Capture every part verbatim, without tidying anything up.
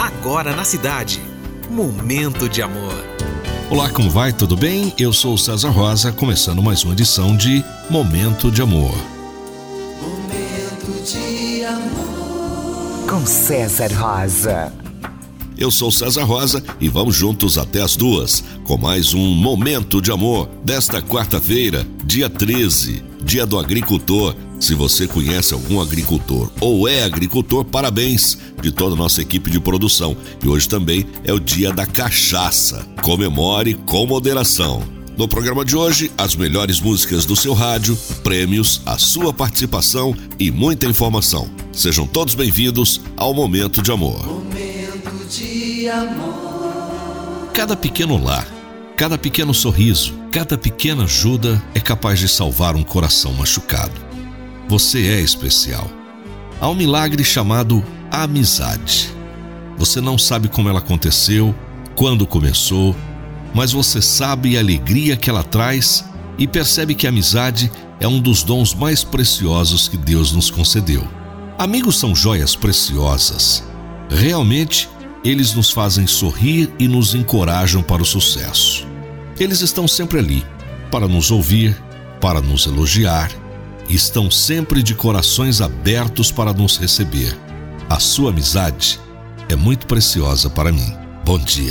agora na cidade. Momento de Amor. Olá, como vai? Tudo bem? Eu sou o César Rosa, começando mais uma edição de Momento de Amor. Momento de Amor. Com César Rosa. Eu sou César Rosa e vamos juntos até as duas, com mais um Momento de Amor desta quarta-feira, dia treze, dia do agricultor. Se você conhece algum agricultor ou é agricultor, parabéns de toda a nossa equipe de produção. E hoje também é o dia da cachaça. Comemore com moderação. No programa de hoje, as melhores músicas do seu rádio, prêmios, a sua participação e muita informação. Sejam todos bem-vindos ao Momento de Amor. Momento de amor. Cada pequeno lar, cada pequeno sorriso, cada pequena ajuda é capaz de salvar um coração machucado. Você é especial. Há um milagre chamado amizade. Você não sabe como ela aconteceu, quando começou, mas você sabe a alegria que ela traz e percebe que a amizade é um dos dons mais preciosos que Deus nos concedeu. Amigos são joias preciosas. Realmente, eles nos fazem sorrir e nos encorajam para o sucesso. Eles estão sempre ali, para nos ouvir, para nos elogiar, e estão sempre de corações abertos para nos receber. A sua amizade é muito preciosa para mim. Bom dia.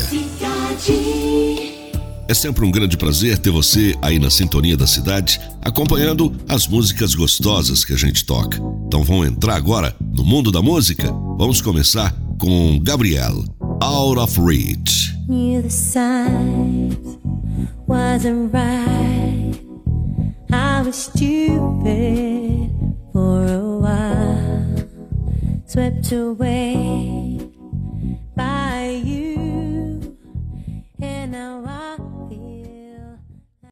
É sempre um grande prazer ter você aí na sintonia da cidade, acompanhando as músicas gostosas que a gente toca. Então vamos entrar agora no mundo da música? Vamos começar com Gabriel, Out of Reach. Knew the signs wasn't right. I was stupid for a while, swept away by you, and now I